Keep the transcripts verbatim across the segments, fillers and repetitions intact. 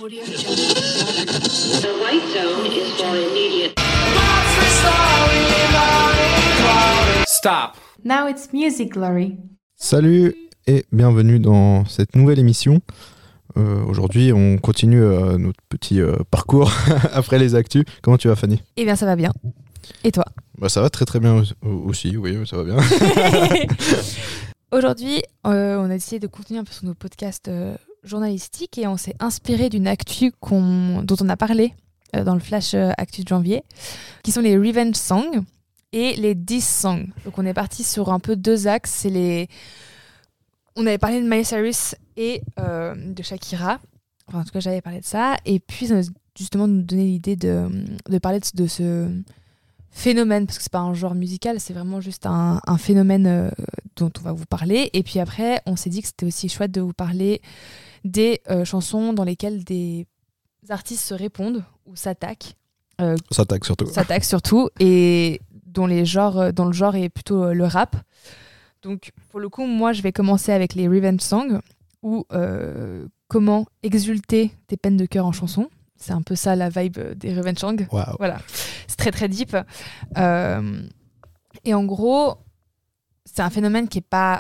Audio Jungle. The white zone is for immediate. Stop. Now it's Music Glory. Salut et bienvenue dans cette nouvelle émission. Euh, aujourd'hui, on continue euh, notre petit euh, parcours après les actus. Comment tu vas, Fanny ? Eh bien, ça va bien. Et toi ? Bah, ça va très très bien aussi, oui, ça va bien. Aujourd'hui, euh, on a décidé de continuer un peu sur nos podcasts euh, journalistiques et on s'est inspiré d'une actu qu'on, dont on a parlé euh, dans le flash euh, actu de janvier, qui sont les revenge songs et les diss songs. Donc on est parti sur un peu deux axes. C'est les... On avait parlé de Miley Cyrus et euh, de Shakira. Enfin, en tout cas, j'avais parlé de ça. Et puis, ça nous, justement, nous donner l'idée de, de parler de, de ce phénomène, parce que c'est pas un genre musical, c'est vraiment juste un, un phénomène euh, dont on va vous parler. Et puis après, on s'est dit que c'était aussi chouette de vous parler des euh, chansons dans lesquelles des artistes se répondent ou s'attaquent. Euh, s'attaquent surtout. S'attaquent surtout, et dont, les genres, dont le genre est plutôt euh, le rap. Donc, pour le coup, moi, je vais commencer avec les revenge songs, ou euh, comment exulter tes peines de cœur en chanson. C'est un peu ça la vibe des revenge songs. Wow. Voilà, c'est très très deep. Euh, et en gros, c'est un phénomène qui n'est pas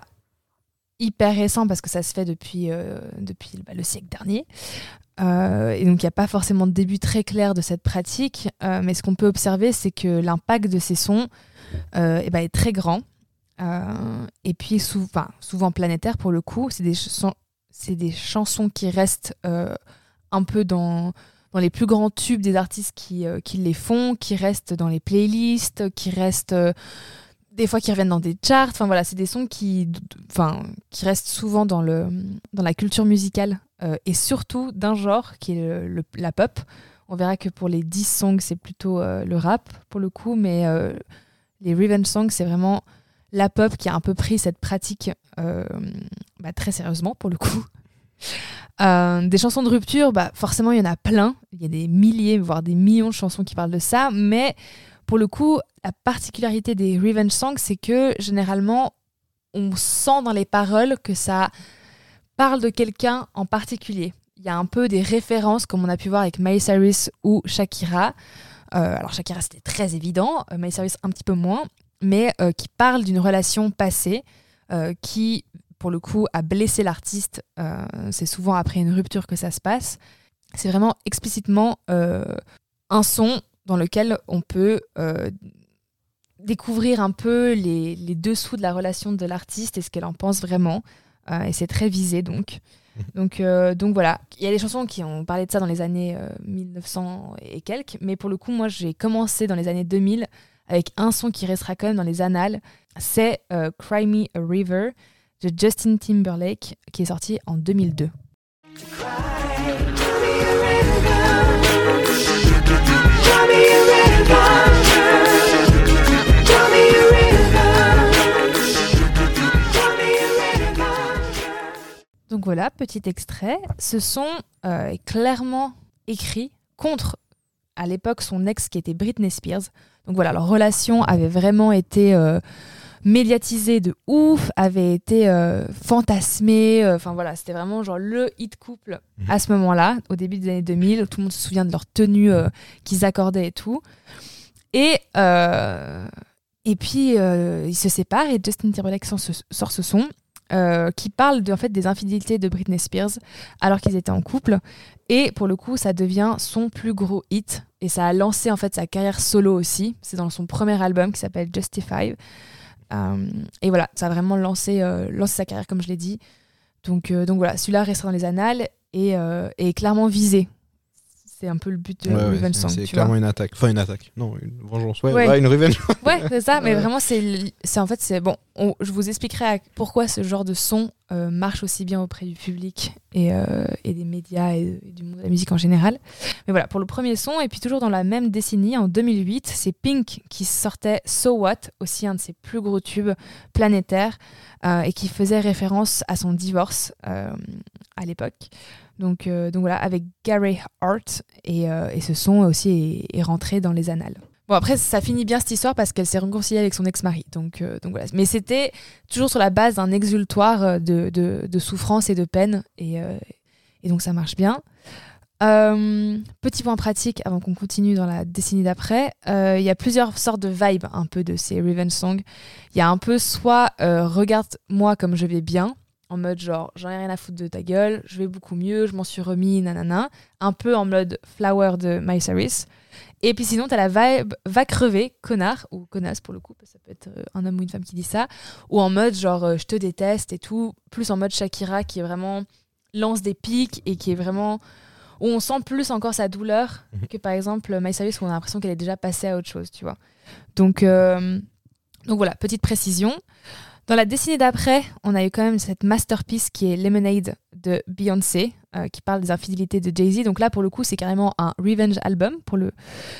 hyper récent parce que ça se fait depuis, euh, depuis bah, le siècle dernier. Euh, et donc, il n'y a pas forcément de début très clair de cette pratique. Euh, mais ce qu'on peut observer, c'est que l'impact de ces sons euh, eh ben, est très grand. Euh, et puis sou- souvent planétaire pour le coup. C'est des, ch- c'est des chansons qui restent euh, un peu dans... dans les plus grands tubes des artistes qui, euh, qui les font, qui restent dans les playlists, qui restent euh, des fois qui reviennent dans des charts. Enfin voilà, c'est des sons qui, enfin, qui restent souvent dans, le, dans la culture musicale euh, et surtout d'un genre qui est le, le, la pop. On verra que pour les diss songs, c'est plutôt euh, le rap pour le coup, mais euh, les revenge songs, c'est vraiment la pop qui a un peu pris cette pratique euh, bah, très sérieusement pour le coup. Euh, des chansons de rupture, bah, forcément il y en a plein, il y a des milliers voire des millions de chansons qui parlent de ça, mais pour le coup la particularité des revenge songs, c'est que généralement on sent dans les paroles que ça parle de quelqu'un en particulier. Il y a un peu des références comme on a pu voir avec Miley Cyrus ou Shakira. Euh, alors Shakira c'était très évident, euh, Miley Cyrus un petit peu moins, mais euh, qui parle d'une relation passée euh, qui pour le coup, à blesser l'artiste. Euh, c'est souvent après une rupture que ça se passe. C'est vraiment explicitement euh, un son dans lequel on peut euh, découvrir un peu les, les dessous de la relation de l'artiste et ce qu'elle en pense vraiment. Euh, et c'est très visé, donc. Donc, euh, donc voilà. Il y a des chansons qui ont parlé de ça dans les années euh, mille neuf cents et quelques, mais pour le coup, moi, j'ai commencé dans les années deux mille avec un son qui restera quand même dans les annales. C'est euh, Cry Me a River de Justin Timberlake, qui est sorti en deux mille deux. Donc voilà, petit extrait. Ce son euh, est clairement écrit contre, à l'époque, son ex qui était Britney Spears. Donc voilà, leur relation avait vraiment été... Euh, médiatisé de ouf, avait été euh, fantasmé, enfin euh, voilà, c'était vraiment genre le hit couple mmh. à ce moment-là, au début des années deux mille, tout le monde se souvient de leur tenue euh, qu'ils accordaient et tout. Et, euh, et puis, euh, ils se séparent et Justin Timberlake sort ce, sort ce son euh, qui parle de, en fait, des infidélités de Britney Spears alors qu'ils étaient en couple. Et pour le coup, ça devient son plus gros hit et ça a lancé en fait sa carrière solo aussi. C'est dans son premier album qui s'appelle Justified. Euh, et voilà, ça a vraiment lancé, euh, lancé sa carrière, comme je l'ai dit. Donc, euh, donc voilà, celui-là restera dans les annales et euh, est clairement visé. C'est un peu le but de ouais, Revenge ouais, Song. C'est tu clairement vois. une attaque. Enfin, une attaque. Non, une vengeance. Ouais, ouais. ouais une revenge. Ouais, c'est ça. Mais vraiment, c'est, c'est en fait, c'est bon. On, je vous expliquerai pourquoi ce genre de son euh, marche aussi bien auprès du public et, euh, et des médias et, et du monde de la musique en général. Mais voilà, pour le premier son, et puis toujours dans la même décennie, en deux mille huit, c'est Pink qui sortait So What, aussi un de ses plus gros tubes planétaires, euh, et qui faisait référence à son divorce euh, à l'époque. Donc, euh, donc voilà, avec Gary Hart, et, euh, et ce son aussi est, est rentré dans les annales. Bon, après, ça finit bien cette histoire parce qu'elle s'est réconciliée avec son ex-mari. Donc, euh, donc voilà. Mais c'était toujours sur la base d'un exultoire de, de, de souffrance et de peine. Et, euh, et donc, ça marche bien. Euh, petit point pratique avant qu'on continue dans la décennie d'après, euh, il y a plusieurs sortes de vibes un peu de ces revenge songs. Il y a un peu soit euh, regarde-moi comme je vais bien, en mode genre j'en ai rien à foutre de ta gueule, je vais beaucoup mieux, je m'en suis remis, nanana, un peu en mode Flower de Miley Cyrus. Et puis sinon t'as la vibe va crever, connard, ou connasse pour le coup, parce que ça peut être un homme ou une femme qui dit ça, ou en mode genre euh, je te déteste et tout, plus en mode Shakira qui est vraiment lance des pics et qui est vraiment où on sent plus encore sa douleur que par exemple Miley Cyrus où on a l'impression qu'elle est déjà passée à autre chose, tu vois. Donc, euh, donc voilà, petite précision. Dans la décennie d'après, on a eu quand même cette masterpiece qui est Lemonade de Beyoncé, euh, qui parle des infidélités de Jay-Z. Donc là, pour le coup, c'est carrément un revenge album. Pour le...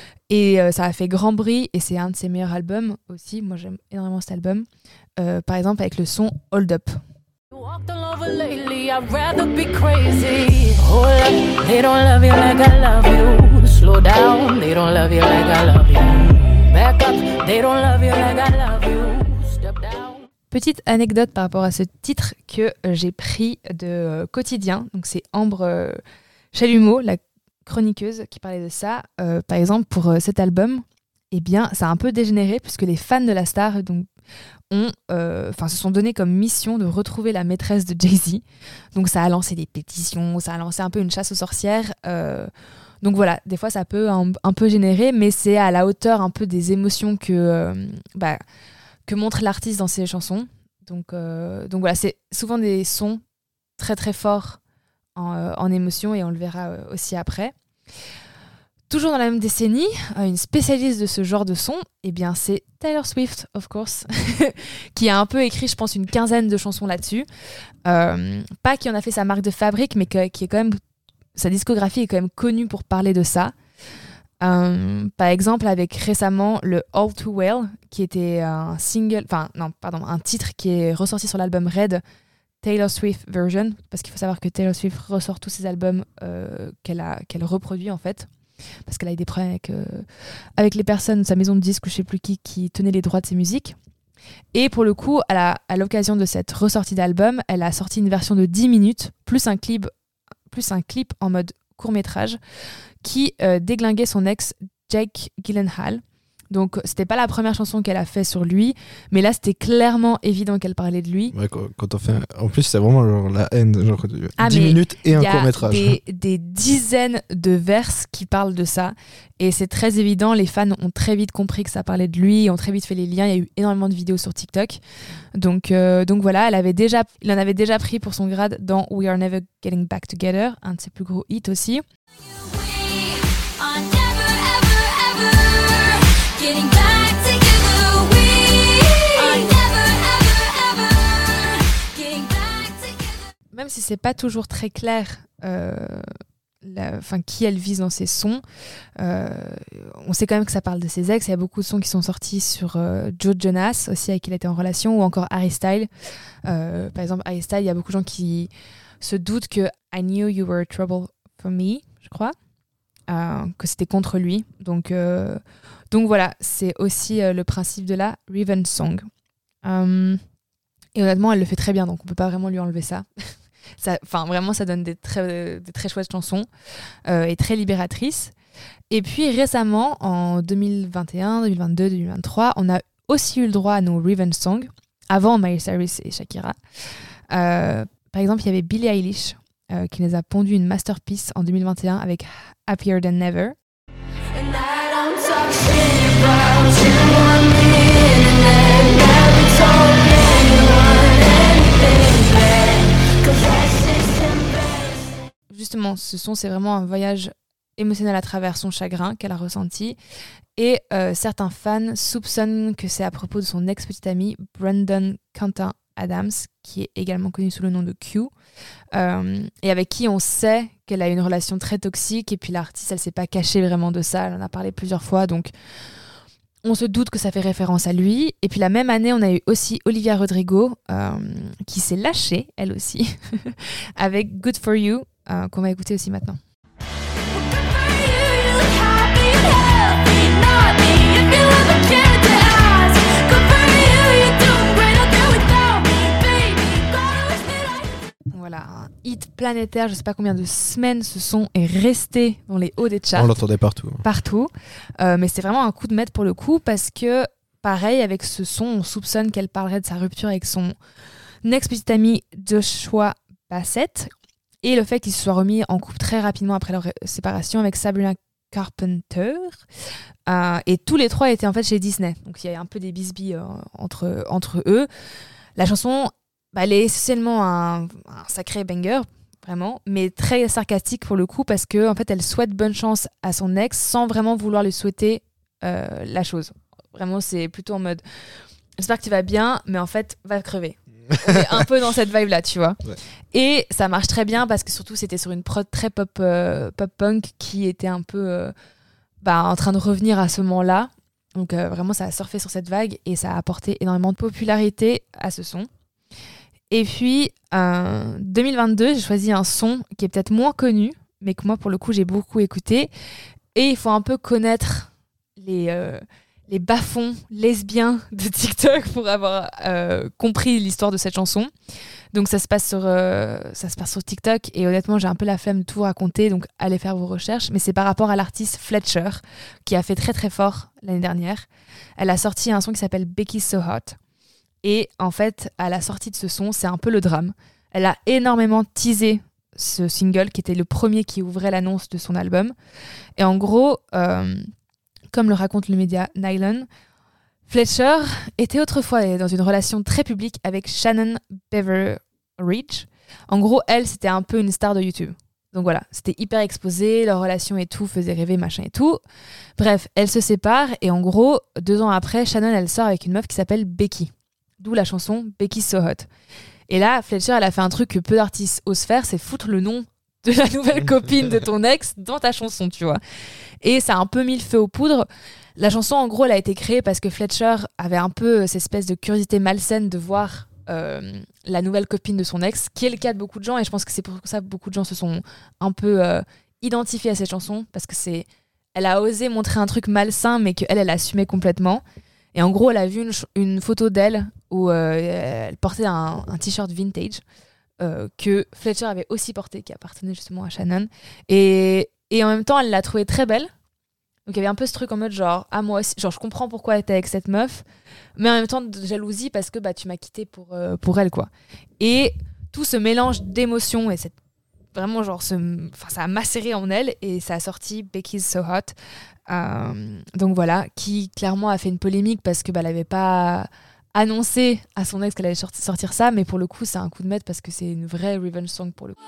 Et euh, ça a fait grand bruit et c'est un de ses meilleurs albums aussi. Moi, j'aime énormément cet album. Euh, par exemple, avec le son Hold Up. Walked all over lately, I'd rather be crazy. Hold up, they don't love you like I love you. Slow down, they don't love you like I love you. Back up, they don't love you like I love you. Step down. Petite anecdote par rapport à ce titre que j'ai pris de euh, Quotidien. Donc c'est Ambre euh, Chalumeau, la chroniqueuse, qui parlait de ça. Euh, par exemple, pour euh, cet album, eh bien, ça a un peu dégénéré puisque les fans de la star donc, ont, euh, se sont donné comme mission de retrouver la maîtresse de Jay-Z. Donc ça a lancé des pétitions, ça a lancé un peu une chasse aux sorcières. Euh, donc voilà, des fois ça peut un, un peu générer, mais c'est à la hauteur un peu des émotions que, euh, bah, que montre l'artiste dans ses chansons. Donc, euh, donc voilà, c'est souvent des sons très très forts en, euh, en émotion et on le verra euh, aussi après. Toujours dans la même décennie, une spécialiste de ce genre de son, eh bien c'est Taylor Swift, of course, qui a un peu écrit, je pense, une quinzaine de chansons là-dessus. Euh, pas qui en a fait sa marque de fabrique, mais que, qui est quand même, sa discographie est quand même connue pour parler de ça. Euh, par exemple, avec récemment le All Too Well, qui était un single, enfin non, pardon, un titre qui est ressorti sur l'album Red, Taylor Swift Version, parce qu'il faut savoir que Taylor Swift ressort tous ses albums euh, qu'elle a, qu'elle reproduit en fait. Parce qu'elle a eu des problèmes avec, euh, avec les personnes de sa maison de disques ou je sais plus qui qui tenaient les droits de ses musiques. Et pour le coup, à, la, à l'occasion de cette ressortie d'album, elle a sorti une version de dix minutes plus un clip, plus un clip en mode court-métrage qui euh, déglinguait son ex Jake Gyllenhaal. Donc c'était pas la première chanson qu'elle a fait sur lui, mais là c'était clairement évident qu'elle parlait de lui. Ouais, quand, quand on fait, un... en plus c'est vraiment genre la haine, genre ah, dix minutes et un court métrage. Des, des dizaines de vers qui parlent de ça, et c'est très évident. Les fans ont très vite compris que ça parlait de lui, ont très vite fait les liens. Il y a eu énormément de vidéos sur TikTok. Donc euh, donc voilà, elle avait déjà, il en avait déjà pris pour son grade dans We Are Never Getting Back Together, un de ses plus gros hits aussi. Getting back together, we are never, ever, ever getting back together. Même si c'est pas toujours très clair euh, la, qui elle vise dans ses sons, euh, on sait quand même que ça parle de ses ex. Il y a beaucoup de sons qui sont sortis sur euh, Joe Jonas, aussi avec qui il était en relation, ou encore Harry Styles. Euh, par exemple, Harry Styles, il y a beaucoup de gens qui se doutent que I knew you were trouble for me, je crois. Euh, que c'était contre lui. Donc, euh, donc voilà, c'est aussi euh, le principe de la revenge song. Euh, et honnêtement, elle le fait très bien, donc on peut pas vraiment lui enlever ça. Enfin, vraiment, ça donne des très, des très chouettes chansons euh, et très libératrices. Et puis récemment, en deux mille vingt et un, deux mille vingt-deux, deux mille vingt-trois, on a aussi eu le droit à nos revenge songs, avant Miley Cyrus et Shakira. Euh, par exemple, il y avait Billie Eilish, Euh, qui nous a pondu une masterpiece en deux mille vingt et un avec Happier Than Never. Justement, ce son, c'est vraiment un voyage émotionnel à travers son chagrin qu'elle a ressenti. Et euh, certains fans soupçonnent que c'est à propos de son ex-petite ami Brandon Quentin Adams, qui est également connu sous le nom de Q, euh, et avec qui on sait qu'elle a une relation très toxique, et puis l'artiste, elle s'est pas cachée vraiment de ça, elle en a parlé plusieurs fois, donc on se doute que ça fait référence à lui. Et puis la même année, on a eu aussi Olivia Rodrigo, euh, qui s'est lâchée, elle aussi, avec Good For You, euh, qu'on va écouter aussi maintenant. Voilà, un hit planétaire. Je sais pas combien de semaines ce son est resté dans les hauts des charts. On l'entendait partout. Partout. Euh, mais c'est vraiment un coup de maître pour le coup parce que, pareil, avec ce son, on soupçonne qu'elle parlerait de sa rupture avec son ex-petit ami Joshua Bassett et le fait qu'il se soit remis en couple très rapidement après leur séparation avec Sabrina Carpenter. Euh, et tous les trois étaient en fait chez Disney. Donc il y a un peu des bisbilles euh, entre, entre eux. La chanson, bah, elle est essentiellement un, un sacré banger, vraiment, mais très sarcastique pour le coup parce qu'en en fait, elle souhaite bonne chance à son ex sans vraiment vouloir lui souhaiter euh, la chose. Vraiment, c'est plutôt en mode j'espère que tu vas bien, mais en fait, va crever. On est un peu dans cette vibe-là, tu vois. Ouais. Et ça marche très bien parce que surtout, c'était sur une prod très pop, euh, pop punk qui était un peu euh, bah, en train de revenir à ce moment-là. Donc euh, vraiment, ça a surfé sur cette vague et ça a apporté énormément de popularité à ce son. Et puis, euh, deux mille vingt-deux, j'ai choisi un son qui est peut-être moins connu, mais que moi, pour le coup, j'ai beaucoup écouté. Et il faut un peu connaître les, euh, les bas-fonds lesbiens de TikTok pour avoir euh, compris l'histoire de cette chanson. Donc ça se passe sur, euh, ça se passe sur TikTok et honnêtement j'ai un peu la flemme de tout raconter, donc allez faire vos recherches, mais c'est par rapport à l'artiste Fletcher qui a fait très très fort l'année dernière. Elle a sorti un son qui s'appelle Becky's So Hot et en fait à la sortie de ce son c'est un peu le drame. Elle a énormément teasé ce single qui était le premier qui ouvrait l'annonce de son album et en gros euh, comme le raconte le média Nylon, Fletcher était autrefois dans une relation très publique avec Shannon Beveridge. En gros, elle, c'était un peu une star de YouTube. Donc voilà, c'était hyper exposé, leur relation et tout faisait rêver, machin et tout. Bref, elle se sépare et en gros, deux ans après, Shannon, elle sort avec une meuf qui s'appelle Becky. D'où la chanson Becky's So Hot. Et là, Fletcher, elle a fait un truc que peu d'artistes osent faire, c'est foutre le nom de la nouvelle copine de ton ex dans ta chanson, tu vois. Et ça a un peu mis le feu aux poudres. La chanson, en gros, elle a été créée parce que Fletcher avait un peu cette espèce de curiosité malsaine de voir euh, la nouvelle copine de son ex, qui est le cas de beaucoup de gens, et je pense que c'est pour ça que beaucoup de gens se sont un peu euh, identifiés à cette chanson, parce que c'est, elle a osé montrer un truc malsain, mais qu'elle, elle assumait complètement. Et en gros, elle a vu une, une photo d'elle où euh, elle portait un, un t-shirt vintage euh, que Fletcher avait aussi porté, qui appartenait justement à Shannon. Et, et en même temps, elle l'a trouvée très belle. Donc il y avait un peu ce truc en mode genre ah moi aussi genre je comprends pourquoi t'es avec cette meuf mais en même temps de jalousie parce que bah tu m'as quitté pour euh, pour elle quoi. Et tout ce mélange d'émotions et cette vraiment genre ce enfin ça a macéré en elle et ça a sorti Becky's So Hot. Euh, donc voilà, qui clairement a fait une polémique parce que bah elle avait pas annoncé à son ex qu'elle allait sortir ça, mais pour le coup c'est un coup de maître parce que c'est une vraie revenge song pour le coup.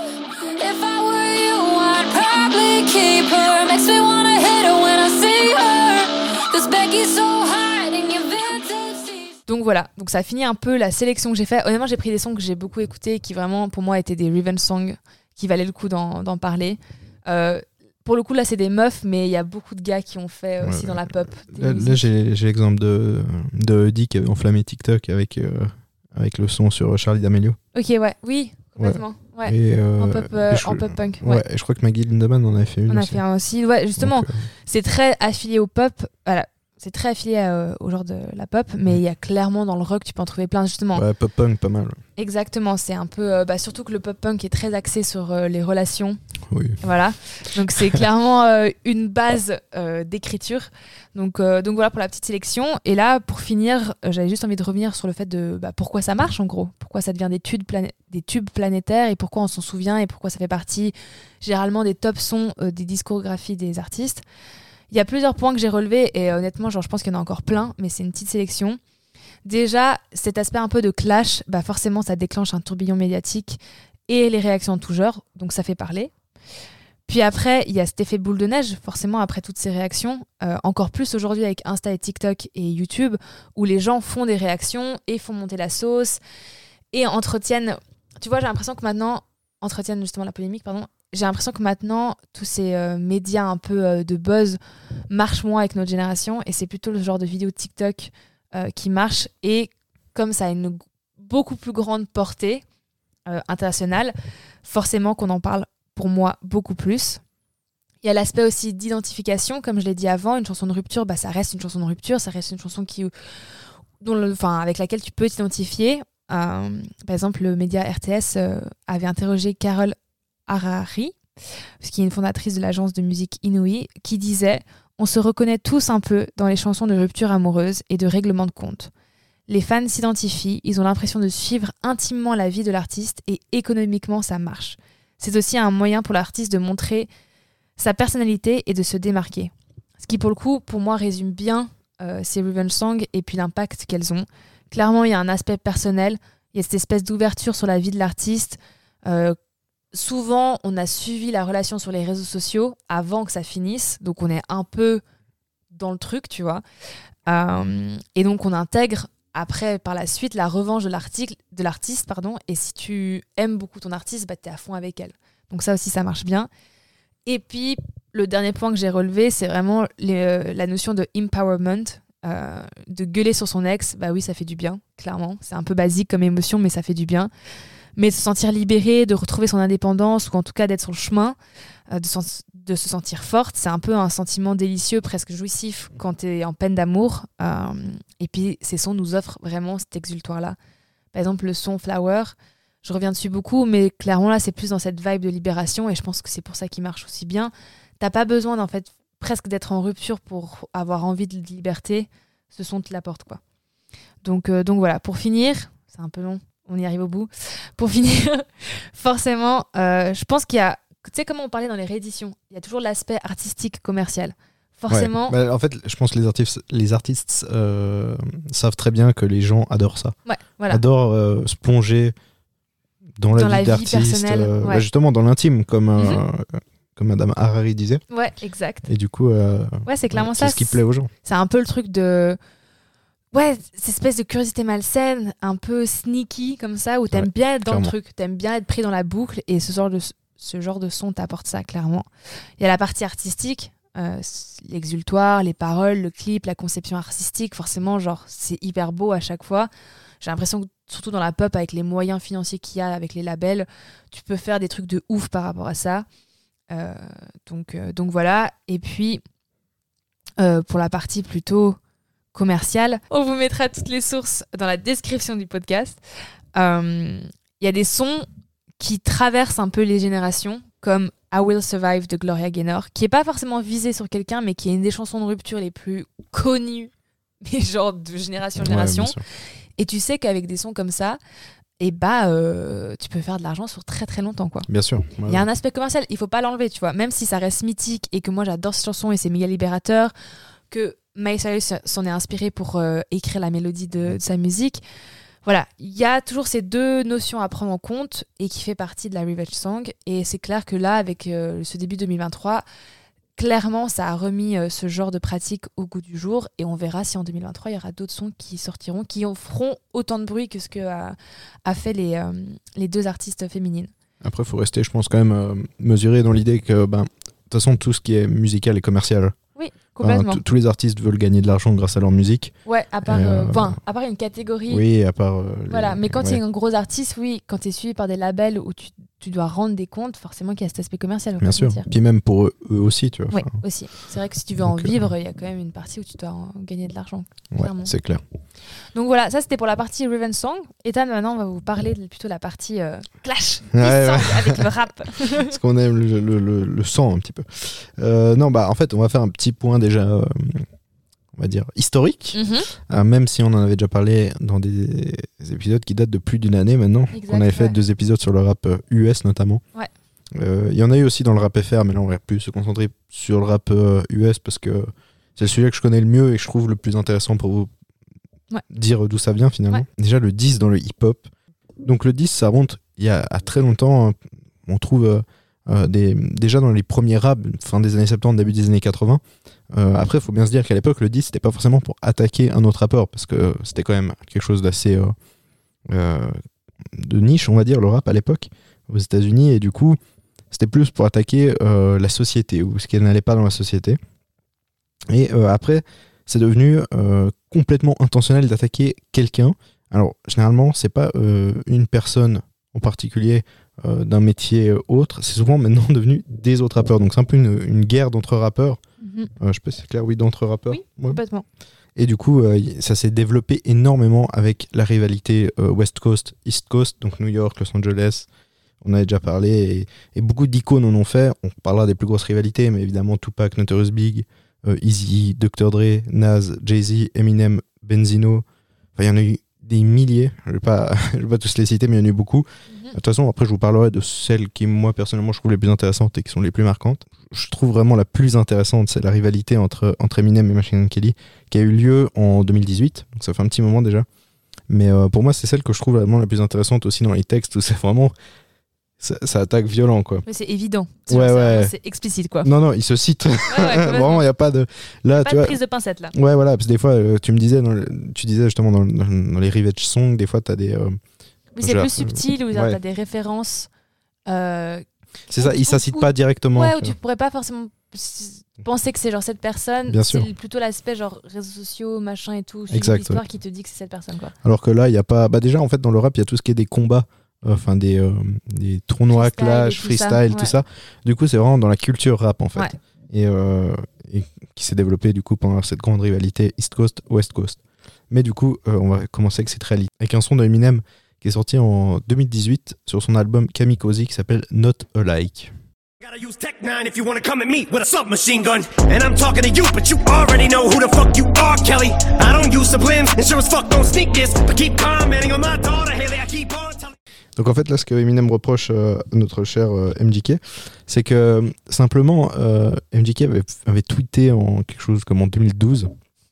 Probably keep her. Makes me wanna hit her when I see her. 'Cause Becky's so hot in your vintage. Donc voilà, donc ça a fini un peu la sélection que j'ai fait. Honnêtement, j'ai pris des sons que j'ai beaucoup écoutés et qui vraiment pour moi étaient des revenge songs qui valaient le coup d'en, d'en parler. Euh, pour le coup là c'est des meufs, mais il y a beaucoup de gars qui ont fait aussi ouais, dans la pop. Là, là j'ai, j'ai l'exemple de de Eddie qui avait enflammé TikTok avec euh, avec le son sur Charli D'Amelio. Ok ouais, oui complètement. Ouais. Ouais, et euh, en, pop, euh, je, en pop punk. Ouais. Ouais, et je crois que Maggie Lindemann en avait fait une. On a aussi. fait un aussi. Ouais, justement, Donc, euh... c'est très affilié au pop. Voilà, c'est très affilié euh, au genre de la pop, mais il y a clairement dans le rock, tu peux en trouver plein justement. Ouais, pop punk, pas mal. Exactement, c'est un peu. Euh, bah, surtout que le pop punk est très axé sur euh, les relations. Oui. Voilà, donc c'est clairement euh, une base euh, d'écriture. Donc, euh, donc voilà pour la petite sélection. Et là, pour finir, euh, j'avais juste envie de revenir sur le fait de bah, pourquoi ça marche en gros, pourquoi ça devient des tubes, plané- des tubes planétaires et pourquoi on s'en souvient et pourquoi ça fait partie généralement des top sons euh, des discographies des artistes. Il y a plusieurs points que j'ai relevés et euh, honnêtement, genre, je pense qu'il y en a encore plein, mais c'est une petite sélection. Déjà, cet aspect un peu de clash, bah forcément, ça déclenche un tourbillon médiatique et les réactions en tout genre, donc ça fait parler. Puis après, il y a cet effet boule de neige, forcément, après toutes ces réactions, euh, encore plus aujourd'hui avec Insta et TikTok et YouTube, où les gens font des réactions et font monter la sauce et entretiennent... Tu vois, j'ai l'impression que maintenant, entretiennent justement la polémique, pardon, j'ai l'impression que maintenant, tous ces euh, médias un peu euh, de buzz marchent moins avec notre génération et c'est plutôt le genre de vidéo TikTok euh, qui marche et comme ça a une beaucoup plus grande portée euh, internationale, forcément qu'on en parle pour moi beaucoup plus. Il y a l'aspect aussi d'identification, comme je l'ai dit avant, une chanson de rupture, bah, ça reste une chanson de rupture, ça reste une chanson qui, dont le, enfin, avec laquelle tu peux t'identifier. Euh, par exemple, le média R T S euh, avait interrogé Carol Harari, qui est une fondatrice de l'agence de musique Inouï, qui disait « On se reconnaît tous un peu dans les chansons de rupture amoureuse et de règlement de compte. Les fans s'identifient, ils ont l'impression de suivre intimement la vie de l'artiste et économiquement ça marche. C'est aussi un moyen pour l'artiste de montrer sa personnalité et de se démarquer. » Ce qui, pour le coup, pour moi, résume bien euh, ces revenge songs et puis l'impact qu'elles ont. Clairement, il y a un aspect personnel, il y a cette espèce d'ouverture sur la vie de l'artiste. Euh, souvent, on a suivi la relation sur les réseaux sociaux avant que ça finisse, donc on est un peu dans le truc, tu vois. Euh, et donc, on intègre après, par la suite, la revanche de, l'article, de l'artiste, pardon. Et si tu aimes beaucoup ton artiste, bah, t'es à fond avec elle. Donc ça aussi, ça marche bien. Et puis, le dernier point que j'ai relevé, c'est vraiment les, euh, la notion de empowerment, euh, de gueuler sur son ex. Bah oui, ça fait du bien, clairement. C'est un peu basique comme émotion, mais ça fait du bien. Mais de se sentir libérée, de retrouver son indépendance, ou en tout cas d'être sur le chemin, euh, de, sens- de se sentir forte, c'est un peu un sentiment délicieux, presque jouissif, quand tu es en peine d'amour. Euh, et puis, ces sons nous offrent vraiment cet exultoire-là. Par exemple, le son Flower, je reviens dessus beaucoup, mais clairement, là, c'est plus dans cette vibe de libération, et je pense que c'est pour ça qu'il marche aussi bien. T'as pas besoin, en fait, presque d'être en rupture pour avoir envie de liberté. Ce son te l'apporte, quoi. Donc, euh, donc voilà, pour finir, c'est un peu long, on y arrive au bout. Pour finir, forcément, euh, je pense qu'il y a, tu sais comment on parlait dans les rééditions, il y a toujours l'aspect artistique, commercial. Forcément. Ouais. Bah, en fait, je pense que les artistes, les artistes euh, savent très bien que les gens adorent ça. Ouais, voilà. Adorent euh, se plonger dans la Dans vie la vie d'artiste, personnelle, euh, ouais. bah, justement dans l'intime, comme, euh, Mhm. comme Madame Harari disait. Ouais, exact. Et du coup, euh, Ouais, c'est clairement c'est ça. ce qui plaît aux gens. C'est un peu le truc de. Ouais, cette espèce de curiosité malsaine, un peu sneaky comme ça, où t'aimes Ouais, bien être dans clairement. le truc, t'aimes bien être pris dans la boucle, et ce genre de, ce genre de son t'apporte ça, clairement. Il y a la partie artistique, euh, l'exultoire, les paroles, le clip, la conception artistique, forcément, genre, c'est hyper beau à chaque fois. J'ai l'impression que, surtout dans la pop, avec les moyens financiers qu'il y a, avec les labels, tu peux faire des trucs de ouf par rapport à ça. Euh, donc, euh, donc voilà. Et puis, euh, pour la partie plutôt commerciale, on vous mettra toutes les sources dans la description du podcast. Il euh, y a des sons qui traversent un peu les générations, comme I Will Survive de Gloria Gaynor, qui est pas forcément visé sur quelqu'un, mais qui est une des chansons de rupture les plus connues, mais genre de génération en Ouais, génération. bien sûr. Et tu sais qu'avec des sons comme ça, et bah, euh, tu peux faire de l'argent sur très très longtemps, quoi. Bien sûr. Il y a un aspect commercial, il faut pas l'enlever, tu vois. Même si ça reste mythique et que moi j'adore cette chanson et c'est méga libérateur, que Miley Cyrus s'en est inspiré pour euh, écrire la mélodie de, de sa musique. Voilà, il y a toujours ces deux notions à prendre en compte et qui fait partie de la revenge song. Et c'est clair que là, avec euh, ce début deux mille vingt-trois, clairement, ça a remis euh, ce genre de pratique au goût du jour. Et on verra si en deux mille vingt-trois, il y aura d'autres sons qui sortiront, qui feront autant de bruit que ce que a, a fait les, euh, les deux artistes féminines. Après, il faut rester, je pense, quand même euh, mesuré dans l'idée que, ben, de toute façon, tout ce qui est musical est commercial. Oui, Enfin, complètement. t- tous les artistes veulent gagner de l'argent grâce à leur musique. Ouais, à part, Et, euh, euh, enfin, à part une catégorie. Oui, à part. euh, les- Voilà, mais quand tu ouais. es un gros artiste, oui, quand tu es suivi par des labels où tu, tu dois rendre des comptes, forcément qu'il y a cet aspect commercial. faut Bien pas se sûr. mentir. Puis même pour eux, eux aussi, tu vois. Oui, Enfin, aussi. C'est vrai que si tu veux en Donc, euh, vivre, il y a quand même une partie où tu dois en gagner de l'argent. ouais, clairement. c'est clair. Donc voilà, ça c'était pour la partie Revenge Song. Ethan, maintenant, on va vous parler de plutôt la partie euh, clash, Ouais, puissante, avec le rap. Parce qu'on aime le, le, le, le sang un petit peu. Euh, non, bah en fait, on va faire un petit point déjà, euh, on va dire, historique. Mhm. Euh, même si on en avait déjà parlé dans des épisodes qui datent de plus d'une année maintenant. Exact, on avait fait ouais. deux épisodes sur le rap euh, U S notamment. Ouais. Euh, Il y en a eu aussi dans le rap F R, mais là on aurait pu se concentrer sur le rap euh, U S parce que c'est le sujet que je connais le mieux et que je trouve le plus intéressant pour vous Ouais. dire d'où ça vient finalement. Ouais. Déjà le dix dans le hip-hop. Donc le dix, ça remonte il y a à très longtemps. On trouve euh, euh, des, déjà dans les premiers raps, fin des années soixante-dix, début des années quatre-vingts. Euh, après, il faut bien se dire qu'à l'époque, le dix, c'était pas forcément pour attaquer un autre rappeur, parce que c'était quand même quelque chose d'assez euh, euh, de niche, on va dire, le rap à l'époque, aux États-Unis, et du coup, c'était plus pour attaquer euh, la société, ou ce qui n'allait pas dans la société. Et euh, après, c'est devenu euh, complètement intentionnel d'attaquer quelqu'un. Alors, généralement, c'est pas euh, une personne en particulier euh, d'un métier euh, autre, c'est souvent maintenant devenu des autres rappeurs. Donc, c'est un peu une, une guerre d'entre rappeurs. Mhm. Euh, je sais pas si c'est clair, oui, d'entre rappeurs. Oui, Ouais. complètement. Et du coup, euh, ça s'est développé énormément avec la rivalité euh, West Coast, East Coast, donc New York, Los Angeles. On en avait déjà parlé et, et beaucoup d'icônes en ont fait. On parlera des plus grosses rivalités, mais évidemment Tupac, Notorious Big, euh, Eazy, docteur Dre, Nas, Jay-Z, Eminem, Benzino. Enfin, il y en a eu des milliers. Je ne vais pas, je vais pas tous les citer, mais il y en a eu beaucoup. Mm-hmm. De toute façon, après, je vous parlerai de celles qui, moi, personnellement, je trouve les plus intéressantes et qui sont les plus marquantes. Je trouve vraiment la plus intéressante, c'est la rivalité entre, entre Eminem et Machine Gun Kelly, qui a eu lieu en deux mille dix-huit. Donc ça fait un petit moment déjà. Mais euh, pour moi, c'est celle que je trouve vraiment la plus intéressante aussi dans les textes, où c'est vraiment... Ça, ça attaque violent, quoi. Mais c'est évident. C'est, ouais, ouais. c'est explicite, quoi. Non, non, il se cite. Ouais, ouais, vraiment, il n'y a pas de. Là, pas tu de vois... prise de pincette, là. Ouais, voilà. Parce que des fois, euh, tu me disais, dans le... tu disais justement dans, dans, dans les revenge songs, des fois, tu as des. Euh... Oui, c'est genre... plus subtil, où tu as ouais. des références. Euh... C'est ça, il ne cite pas directement. Ouais, où tu pourrais pas forcément penser que c'est genre cette personne. Bien c'est sûr. plutôt l'aspect genre réseaux sociaux, machin et tout, exact, l'histoire ouais. qui te dit que c'est cette personne, quoi. Alors que là, il n'y a pas. Bah, déjà, en fait, dans le rap, il y a tout ce qui est des combats. Enfin, des, euh, des tournois, freestyle clash, et tout freestyle, ça. Ouais. tout ça. Du coup, c'est vraiment dans la culture rap, en fait. Ouais. Et, euh, et qui s'est développée, du coup, pendant cette grande rivalité East Coast, West Coast. Mais du coup, euh, on va commencer avec cette réalité. Avec un son de Eminem qui est sorti en deux mille dix-huit sur son album Kamikoze qui s'appelle Not Alike. Gotta use Tech nine if you wanna come at me with a submachine gun. And I'm talking to you, but you already know who the fuck you are, Kelly. I don't use sublims, and sure as fuck don't sneak this. But keep commenting on my daughter, Haley, I keep on telling. Donc en fait là ce que Eminem reproche euh, à notre cher euh, M J K, c'est que euh, simplement euh, M J K avait, avait tweeté en quelque chose comme en deux mille douze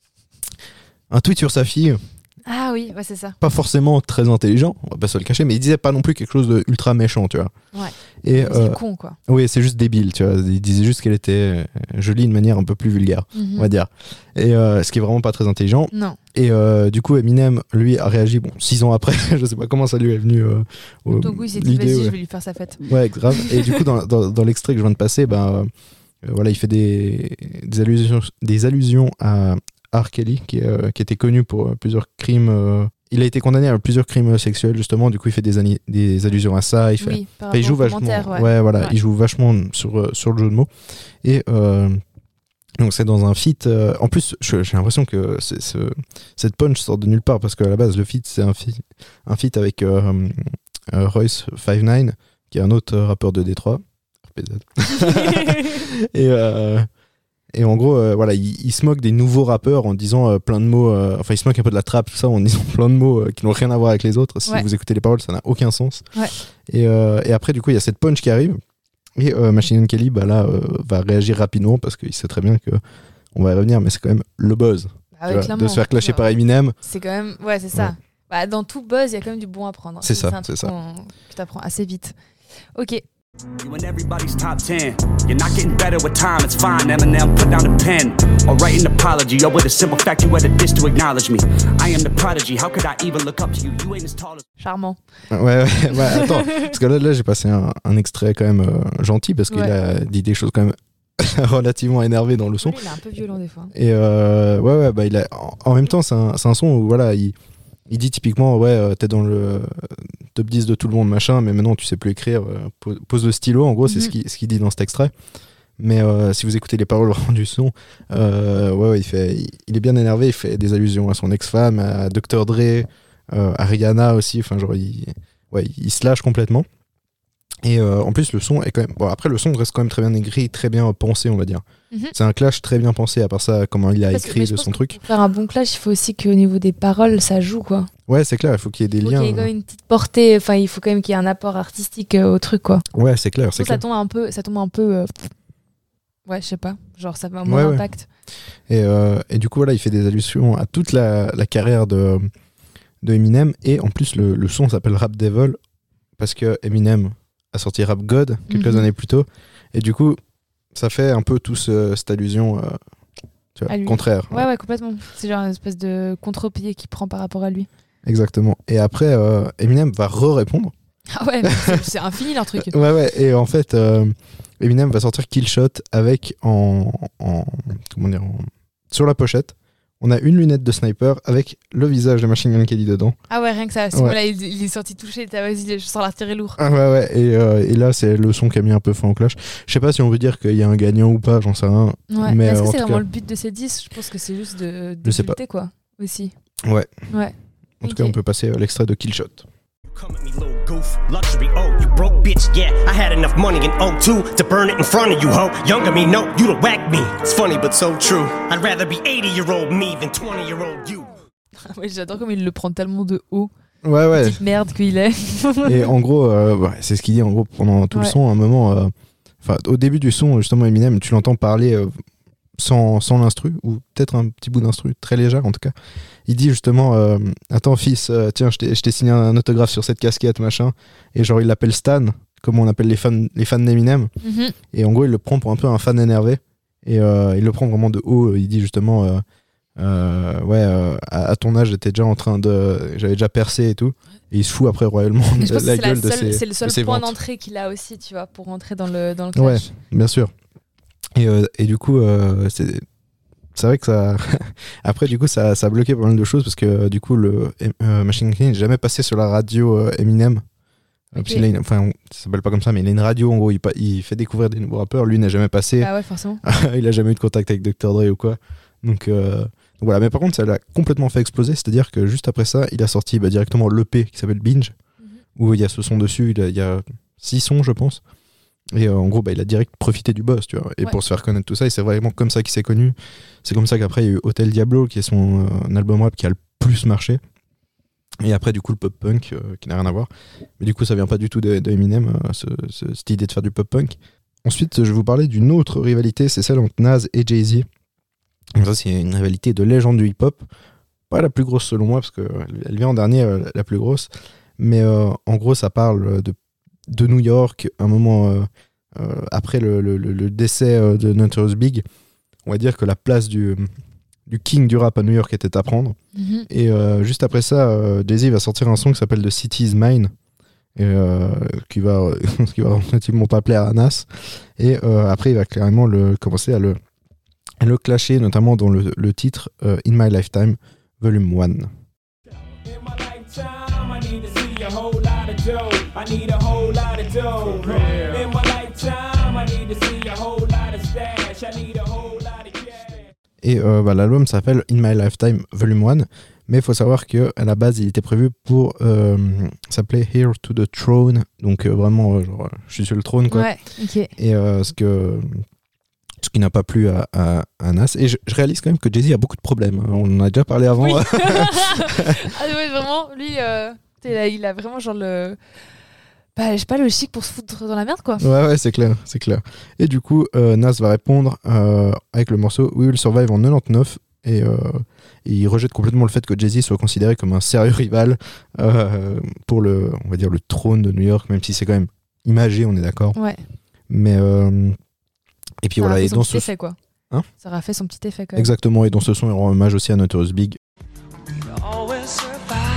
un tweet sur sa fille. Ah oui, ouais, c'est ça. Pas forcément très intelligent, on va pas se le cacher, mais il disait pas non plus quelque chose de ultra méchant, tu vois. Ouais. Et, c'est euh, con, quoi. Oui, c'est juste débile, tu vois. Il disait juste qu'elle était jolie de manière un peu plus vulgaire, Mm-hmm. on va dire. Et euh, ce qui est vraiment pas très intelligent. Non. Et euh, du coup, Eminem, lui, a réagi, bon, six ans après, je sais pas comment ça lui est venu. Euh, euh, Donc oui, c'est dit, l'idée, vas-y, ouais. je vais lui faire sa fête. Ouais, grave. Et du coup, dans, dans, dans l'extrait que je viens de passer, ben, euh, voilà, il fait des, des, allusions, des allusions à R. Kelly, qui, euh, qui était connu pour euh, plusieurs crimes. Euh, il a été condamné à plusieurs crimes sexuels, justement. Du coup, il fait des, ani- des allusions à ça. Il, fait, Oui, par enfin, il joue rapport aux vachement. commentaires, ouais. Ouais, voilà, Ouais. il joue vachement sur, euh, sur le jeu de mots. Et. Euh, Donc c'est dans un feat. Euh, en plus, je, j'ai l'impression que c'est, c'est, cette punch sort de nulle part parce qu'à la base, le feat, c'est un feat, un feat avec euh, euh, Royce five nine, qui est un autre rappeur de Détroit. R P Z. et, euh, et en gros, euh, voilà, il, il se moque des nouveaux rappeurs en disant euh, plein de mots. Euh, enfin, il se moque un peu de la trappe, tout ça, en disant plein de mots euh, qui n'ont rien à voir avec les autres. Si Ouais. vous écoutez les paroles, ça n'a aucun sens. Ouais. Et, euh, et après, du coup, il y a cette punch qui arrive. Et euh, Machine Gun Kelly, bah là, euh, va réagir rapidement parce qu'il sait très bien que on va y revenir, mais c'est quand même le buzz. Ah Tu ouais, vois, clairement. de se faire clasher Ouais. par Eminem. C'est quand même. Ouais, c'est ça. Ouais. Bah, dans tout buzz, il y a quand même du bon à prendre. C'est ça, un truc c'est ça. qu'on- que tu apprends assez vite. Ok. You in everybody's top ten. You're not getting better with time, it's fine. Eminem, put down the pen. Or write an apology. Or with a simple fact, you had a dish to acknowledge me. I am the prodigy, how could I even look up to you? You ain't as tall as. Charmant. Ouais, ouais, ouais, attends. Parce que là, là j'ai passé un, un extrait quand même euh, gentil parce qu'il Ouais. a dit des choses quand même relativement énervées dans le son. Lui, il est un peu violent des fois. Et euh, ouais, ouais, bah il a. En, en même temps, c'est un, c'est un son où voilà, il, il dit typiquement, ouais, euh, t'es dans le euh, top dix de tout le monde, machin, mais maintenant tu sais plus écrire, euh, pose, pose le stylo, en gros, c'est Mhm. ce qu'il ce qu'il dit dans cet extrait. Mais euh, si vous écoutez les paroles du son, euh, ouais, ouais, il, fait, il, il est bien énervé, il fait des allusions à son ex-femme, à docteur Dre, euh, à Rihanna aussi, enfin, genre, il, ouais, il se lâche complètement. Et euh, en plus, le son est quand même. Bon, après, le son reste quand même très bien écrit, très bien pensé, on va dire. Mhm. C'est un clash très bien pensé, à part ça, comment il a Parce que- écrit mais je de pense son que truc. Pour faire un bon clash, il faut aussi qu'au niveau des paroles, ça joue, quoi. Ouais, c'est clair, il faut qu'il y ait des Il faut liens. qu'il y ait quand même une petite portée. Enfin, il faut quand même qu'il y ait un apport artistique euh, au truc, quoi. Ouais, c'est clair, c'est Sinon, ça clair. tombe un peu. Ça tombe un peu euh, Ouais, je sais pas. Genre, ça va avoir Ouais, moins ouais. d'impact. Et, euh, et du coup, voilà, il fait des allusions à toute la, la carrière de, de Eminem. Et en plus, le, le son s'appelle Rap Devil parce que Eminem a sorti Rap God quelques Mhm. années plus tôt. Et du coup, ça fait un peu tout ce- cette allusion euh, tu vois, À lui. contraire. Ouais, ouais, complètement. C'est genre une espèce de contre-pied qu'il prend par rapport à lui. Exactement. Et après, euh, Eminem va re-répondre. Ah ouais, mais c'est c'est infini leur truc. Ouais, ouais. Et en fait, euh, Eminem va sortir Kill Shot avec en, en comment dire, en- sur la pochette. on a une lunette de sniper avec le visage de Machine Gun Kelly dedans. Ah ouais, rien que ça. Ouais. Là, il, il est sorti touché, il était, ah, vas-y, je sens la retirer lourd. Ah ouais, ouais, et, euh, et là, c'est le son qui a mis un peu fin au clash. Je sais pas si on veut dire qu'il y a un gagnant ou pas, j'en sais rien. Ouais. Mais Est-ce euh, que en c'est tout vraiment cas- le but de ces disques? Je pense que c'est juste de, de Je sais pas. lutter, quoi, aussi. Ouais. Ouais. En tout Ok. cas, on peut passer à l'extrait de Killshot. Come at me, little goof. Luxury, oh, you broke bitch, yeah. I had enough money in oh two to burn it in front of you, ho. Younger me, no, you to whack me. It's funny, but so true. I'd rather be eighty-year-old me than twenty-year-old you. Ouais, j'adore comme il le prend tellement de haut. Ouais, ouais. Petite merde qu'il est. Et en gros, euh, ouais, c'est ce qu'il dit en gros pendant tout Ouais. le son. À un moment, euh, enfin, au début du son, justement, Eminem, tu l'entends parler euh, sans, sans l'instru, ou peut-être un petit bout d'instru, très léger en tout cas. Il dit justement euh, attends, fils, euh, tiens, je t'ai, je t'ai signé un autographe sur cette casquette, machin. Et genre, il l'appelle Stan, comme on appelle les fans, les fans d'Eminem. Mhm. Et en gros, il le prend pour un peu un fan énervé. Et euh, il le prend vraiment de haut. Il dit justement euh, euh, ouais, euh, à, à ton âge, j'étais déjà en train de. J'avais déjà percé et tout. Et il se fout après royalement Mais je de pense la que c'est, la gueule de seule- ses c'est le seul de ses point ventes. d'entrée qu'il a aussi, tu vois, pour rentrer dans le, dans le Ouais, clash. bien sûr. Et, euh, et du coup, euh, c'est, c'est vrai que ça. Après, du coup, ça, ça a bloqué pas mal de choses parce que euh, du coup, le euh, Machine Gun Kelly n'est jamais passé sur la radio euh, Eminem. Euh, Ok. parce qu'il a une- enfin, ça s'appelle pas comme ça, mais il a une radio en gros. Il, pa- il fait découvrir des nouveaux rappeurs. Lui n'a jamais passé. Ah ouais, forcément. Il a jamais eu de contact avec docteur Dre ou quoi. Donc, euh, donc voilà. Mais par contre, ça l'a complètement fait exploser. C'est-à-dire que juste après ça, il a sorti bah, directement l'E P qui s'appelle Binge, Mhm. où il y a ce son dessus. Il y a, il y a six sons, je pense. Et euh, en gros, bah, il a direct profité du buzz, tu vois. Et Ouais. pour se faire connaître tout ça, et c'est vraiment comme ça qu'il s'est connu. C'est comme ça qu'après, il y a eu Hotel Diablo, qui est son euh, un album rap qui a le plus marché. Et après, du coup, le pop-punk, euh, qui n'a rien à voir. Mais du coup, ça vient pas du tout de, de Eminem, euh, ce- ce- cette idée de faire du pop-punk. Ensuite, je vais vous parler d'une autre rivalité, c'est celle entre Nas et Jay-Z. Donc ça, c'est une rivalité de légende du hip-hop. Pas la plus grosse selon moi, parce qu'elle vient en dernier, euh, la plus grosse. Mais euh, en gros, ça parle de, de New York, un moment euh, euh, après le, le- le- le décès euh, de Notorious Big. On va dire que la place du, du king du rap à New York était à prendre. Mhm. Et euh, juste après ça, euh, Jay-Z va sortir un son qui s'appelle The City Is Mine, et, euh, qui va qui va relativement pas plaire à Nas. Et euh, après, il va clairement le, commencer à le, à le clasher, notamment dans le, le titre euh, In My Lifetime, Volume un. In my lifetime, I need to see a whole lot of dough. I need a whole lot of dough. In my lifetime, I need to see a whole lot of stash. I need a whole lot of cash. Et euh, bah, l'album s'appelle In My Lifetime Volume un, mais il faut savoir qu'à la base, il était prévu pour euh, s'appeler Here to the Throne, donc euh, vraiment, euh, genre, je suis sur le trône, quoi. Ouais, ok. Et euh, ce, que, ce qui n'a pas plu à, à, à Nas. Et je, je réalise quand même que Jay-Z a beaucoup de problèmes. hein. On en a déjà parlé avant. Oui. Ah ouais, vraiment, lui, euh, il, a, il a vraiment genre le. Bah, je sais pas, le chic pour se foutre dans la merde, quoi. Ouais, ouais, c'est clair, c'est clair. Et du coup, euh, Nas va répondre euh, avec le morceau We Will Survive en quatre-vingt-dix-neuf. Et, euh, et il rejette complètement le fait que Jay-Z soit considéré comme un sérieux rival euh, pour le, on va dire, le trône de New York, même si c'est quand même imagé, on est d'accord. Ouais. Mais euh, et puis Ça voilà, aura fait et son dans petit ce effet, quoi. Hein Ça aura fait son petit effet, quand même. exactement, et dans ce son, il rend hommage aussi à Notorious Big. Always survive.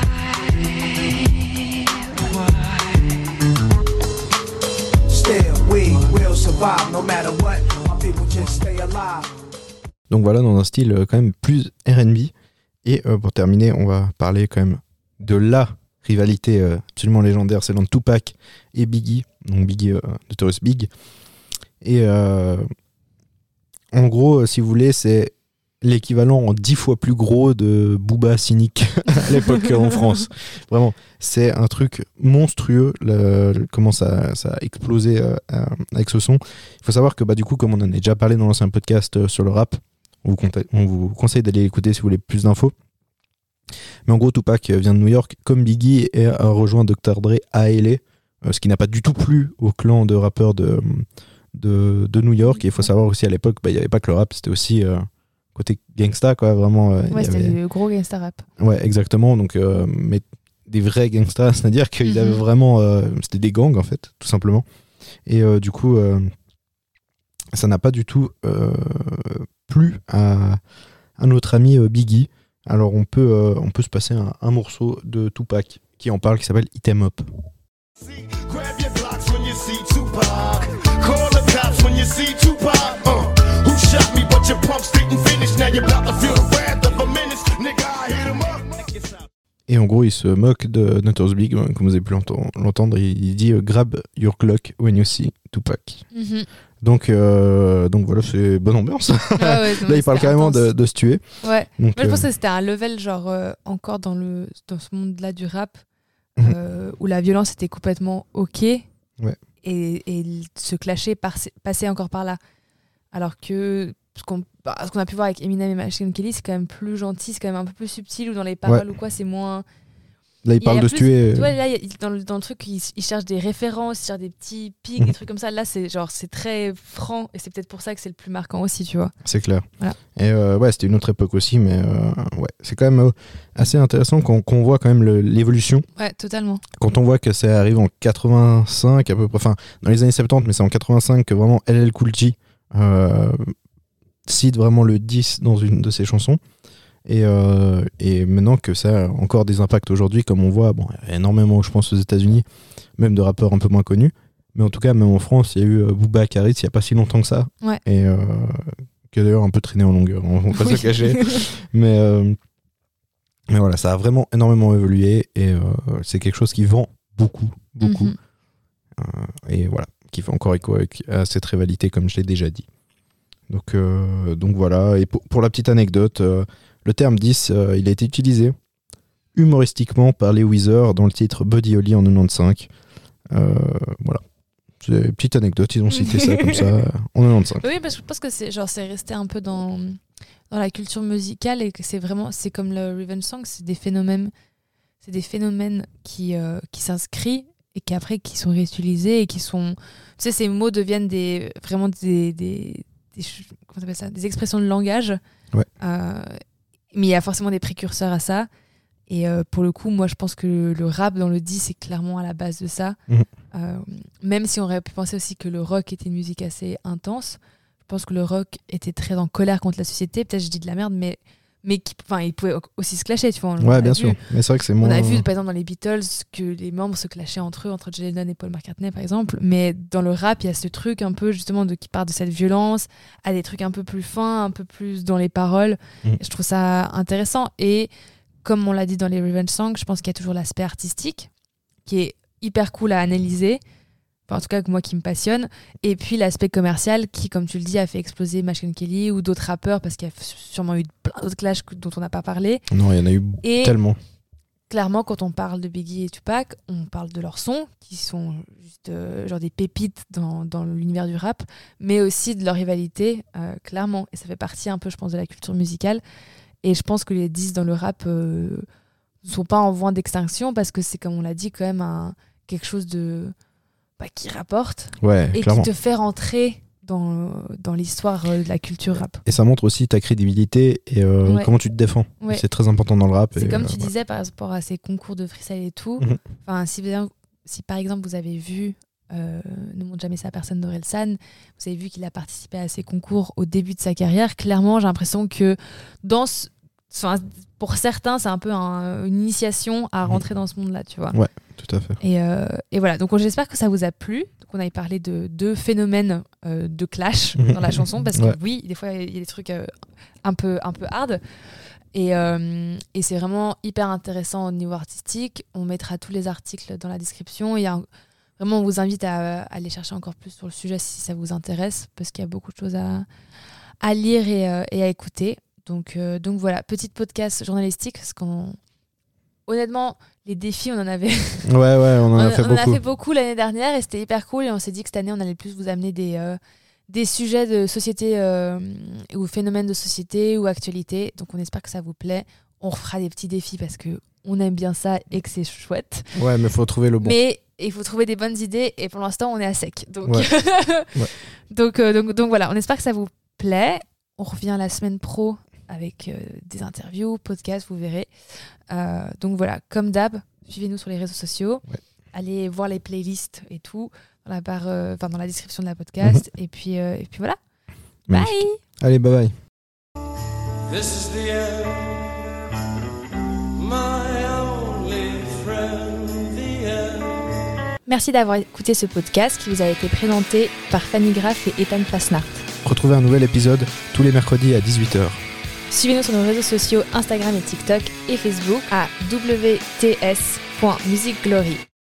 Still, we will survive no matter what. My people just stay alive. Donc voilà, dans un style euh, quand même plus R and B. Et euh, pour terminer, on va parler quand même de la rivalité euh, absolument légendaire, celle entre Tupac et Biggie. Donc Biggie, euh, Notorious Big. Et euh, en gros, euh, si vous voulez, c'est l'équivalent en dix fois plus gros de Booba Cynic à l'époque en France. Vraiment, c'est un truc monstrueux, le, le- comment ça, ça a explosé euh, euh, avec ce son. Il faut savoir que bah, du coup, comme on en a déjà parlé dans l'ancien podcast euh, sur le rap, on vous, conta- on vous conseille d'aller l'écouter si vous voulez plus d'infos. Mais en gros, Tupac vient de New York comme Biggie et a rejoint docteur Dre à L A, euh, ce qui n'a pas du tout plu au clan de rappeurs de, de, de New York. Et il faut savoir aussi à l'époque, bah, il n'y avait pas que le rap, c'était aussi euh, côté gangsta, quoi, vraiment. euh, il Ouais, y c'était avait- du gros gangsta rap. Ouais, exactement. Donc, euh, mais des vrais gangsters, c'est-à-dire qu'ils Mhm. avaient vraiment. euh, c'était des gangs, en fait, tout simplement. Et euh, du coup, euh, ça n'a pas du tout euh, plu à, à notre ami euh, Biggie. Alors, on peut, euh, on peut se passer un, un morceau de Tupac qui en parle, qui s'appelle Hit 'em Up. Grab your blocks when you see Tupac. Call the cops when you see Tupac. Uh, who shot me, but your pumps didn't finish. Now you're about to feel the wrath of a man. Et en gros, il se moque de Notorious Big, comme vous avez pu l'entendre. l'entendre il, il dit euh, grab your Glock when you see Tupac. Mm-hmm. Donc, euh, donc voilà, c'est bonne ambiance. Ouais, ouais, non, Là, il parle carrément de, de se tuer. Ouais. Donc, Moi, je pense euh, que c'était un level, genre, euh, encore dans, le, dans ce monde-là du rap, Mhm. euh, où la violence était complètement OK. Ouais. Et, et se clasher par, passer encore par là. Alors que ce qu'on, bah, ce qu'on a pu voir avec Eminem et Machine Gun Kelly, c'est quand même plus gentil, c'est quand même un peu plus subtil, ou dans les paroles Ouais. ou quoi, c'est moins. Là, il Il y a- parle il y a de se plus- tuer. Tu vois, là, il y a- dans, le, dans le truc, il, il cherche des références, il cherche des petits pics, Mhm. des trucs comme ça. Là, c'est genre, c'est très franc, et c'est peut-être pour ça que c'est le plus marquant aussi, tu vois. C'est clair. Voilà. Et euh, ouais, c'était une autre époque aussi, mais euh, ouais, c'est quand même euh, assez intéressant qu'on, qu'on voit quand même le- l'évolution. Ouais, totalement. Quand on voit que ça arrive en quatre-vingt-cinq à peu près, enfin dans les années soixante-dix, mais c'est en quatre-vingt-cinq que vraiment L L Cool J euh, cite vraiment le dix dans une de ses chansons. Et, euh, et maintenant que ça a encore des impacts aujourd'hui, comme on voit, bon, il y a énormément, je pense, aux États-Unis, même de rappeurs un peu moins connus. Mais en tout cas, même en France, il y a eu euh, Booba Karis il n'y a pas si longtemps que ça. Ouais. Et euh, qui a d'ailleurs un peu traîné en longueur, on va pas Oui. se cacher. mais, euh, mais voilà, ça a vraiment énormément évolué et euh, c'est quelque chose qui vend beaucoup, beaucoup. Mhm. Euh, et voilà, qui fait encore écho avec, à cette rivalité, comme je l'ai déjà dit. Donc, euh, donc voilà, et pour, pour la petite anecdote, euh, le terme dix, euh, il a été utilisé humoristiquement par les Weezer dans le titre Buddy Holly en quatre-vingt-quinze. Euh, voilà. C'est une petite anecdote, ils ont cité ça comme ça euh, en quatre-vingt-quinze. Oui, parce que je pense que c'est genre c'est resté un peu dans dans la culture musicale et que c'est vraiment c'est comme le Revenge Song, c'est des phénomènes c'est des phénomènes qui euh, qui s'inscrivent et qui après qui sont réutilisés et qui sont tu sais ces mots deviennent des vraiment des des, des comment t'appelles ça, des expressions de langage. Ouais. Euh, mais il y a forcément des précurseurs à ça. Et euh, pour le coup, moi, je pense que le, le rap dans le dix, c'est clairement à la base de ça. Mhm. Euh, même si on aurait pu penser aussi que le rock était une musique assez intense, je pense que le rock était très en colère contre la société. Peut-être je dis de la merde, mais, mais qui, il pouvait aussi se clasher. Tu vois, on Ouais, a bien vu. sûr. Mais c'est vrai que c'est On moins. a vu, par exemple, dans les Beatles, que les membres se clashaient entre eux, entre John Lennon et Paul McCartney, par exemple. Mais dans le rap, il y a ce truc un peu, justement, de, qui part de cette violence à des trucs un peu plus fins, un peu plus dans les paroles. Mhm. Et je trouve ça intéressant. Et comme on l'a dit dans les Revenge Songs, je pense qu'il y a toujours l'aspect artistique qui est hyper cool à analyser. Enfin, en tout cas, moi qui me passionne. Et puis l'aspect commercial qui, comme tu le dis, a fait exploser Machine Gun Kelly ou d'autres rappeurs parce qu'il y a sûrement eu plein d'autres clashs dont on n'a pas parlé. Non, il y en a eu Et tellement. clairement, quand on parle de Biggie et Tupac, on parle de leurs sons qui sont juste euh, genre des pépites dans, dans l'univers du rap, mais aussi de leur rivalité, euh, clairement. Et ça fait partie un peu, je pense, de la culture musicale. Et je pense que les dix dans le rap ne euh, sont pas en voie d'extinction parce que c'est, comme on l'a dit, quand même un, quelque chose de, bah, qui rapporte Ouais, et clairement. qui te fait rentrer dans, dans l'histoire euh, de la culture rap. Et ça montre aussi ta crédibilité et euh, Ouais. comment tu te défends. Ouais. C'est très important dans le rap. C'est et, comme euh, tu voilà. disais par rapport à ces concours de freestyle et tout. Mhm. Enfin, si, si par exemple vous avez vu euh, Ne montre jamais ça à personne d'Orelsan, vous avez vu qu'il a participé à ces concours au début de sa carrière. Clairement, j'ai l'impression que dans ce, enfin, pour certains, c'est un peu un, une initiation à rentrer dans ce monde-là, tu vois. Ouais, tout à fait. Et, euh, et voilà, donc j'espère que ça vous a plu. Donc on avait parlé de deux phénomènes euh, de clash dans la chanson, parce que Ouais. oui, des fois il y a des trucs euh, un peu un peu hard. Et, euh, et c'est vraiment hyper intéressant au niveau artistique. On mettra tous les articles dans la description. Il y a un- vraiment, on vous invite à, à aller chercher encore plus sur le sujet si ça vous intéresse, parce qu'il y a beaucoup de choses à, à lire et, euh, et à écouter. Donc, euh, donc voilà, petite podcast journalistique, parce qu'on honnêtement, les défis, on en avait, Ouais, ouais, on en a on, fait on en beaucoup. a fait beaucoup l'année dernière et c'était hyper cool. Et on s'est dit que cette année, on allait plus vous amener des, euh, des sujets de société euh, ou phénomènes de société ou actualité. Donc on espère que ça vous plaît. On refera des petits défis parce que on aime bien ça et que c'est chouette. Ouais, mais faut trouver le bon. Mais il faut trouver des bonnes idées et pour l'instant, on est à sec. Donc, Ouais. Ouais. donc, euh, donc, donc voilà, on espère que ça vous plaît. On revient la semaine pro avec euh, des interviews, podcasts, vous verrez. Euh, donc voilà, comme d'hab, suivez-nous sur les réseaux sociaux. Ouais. Allez voir les playlists et tout dans la, barre, euh, enfin, dans la description de la podcast. Et, puis, euh, et puis voilà. Magnifique. Bye. Allez, bye bye. This is the end, my only friend, the end. Merci d'avoir écouté ce podcast qui vous a été présenté par Fanny Graff et Ethan Fasnart. Retrouvez un nouvel épisode tous les mercredis à dix-huit heures. Merci. Allez, bye bye. Bye. Retrouvez un nouvel épisode tous les mercredis à dix-huit heures. Retrouvez un nouvel épisode tous les mercredis à dix-huit heures. Suivez-nous sur nos réseaux sociaux Instagram et TikTok et Facebook à w t s point music glory.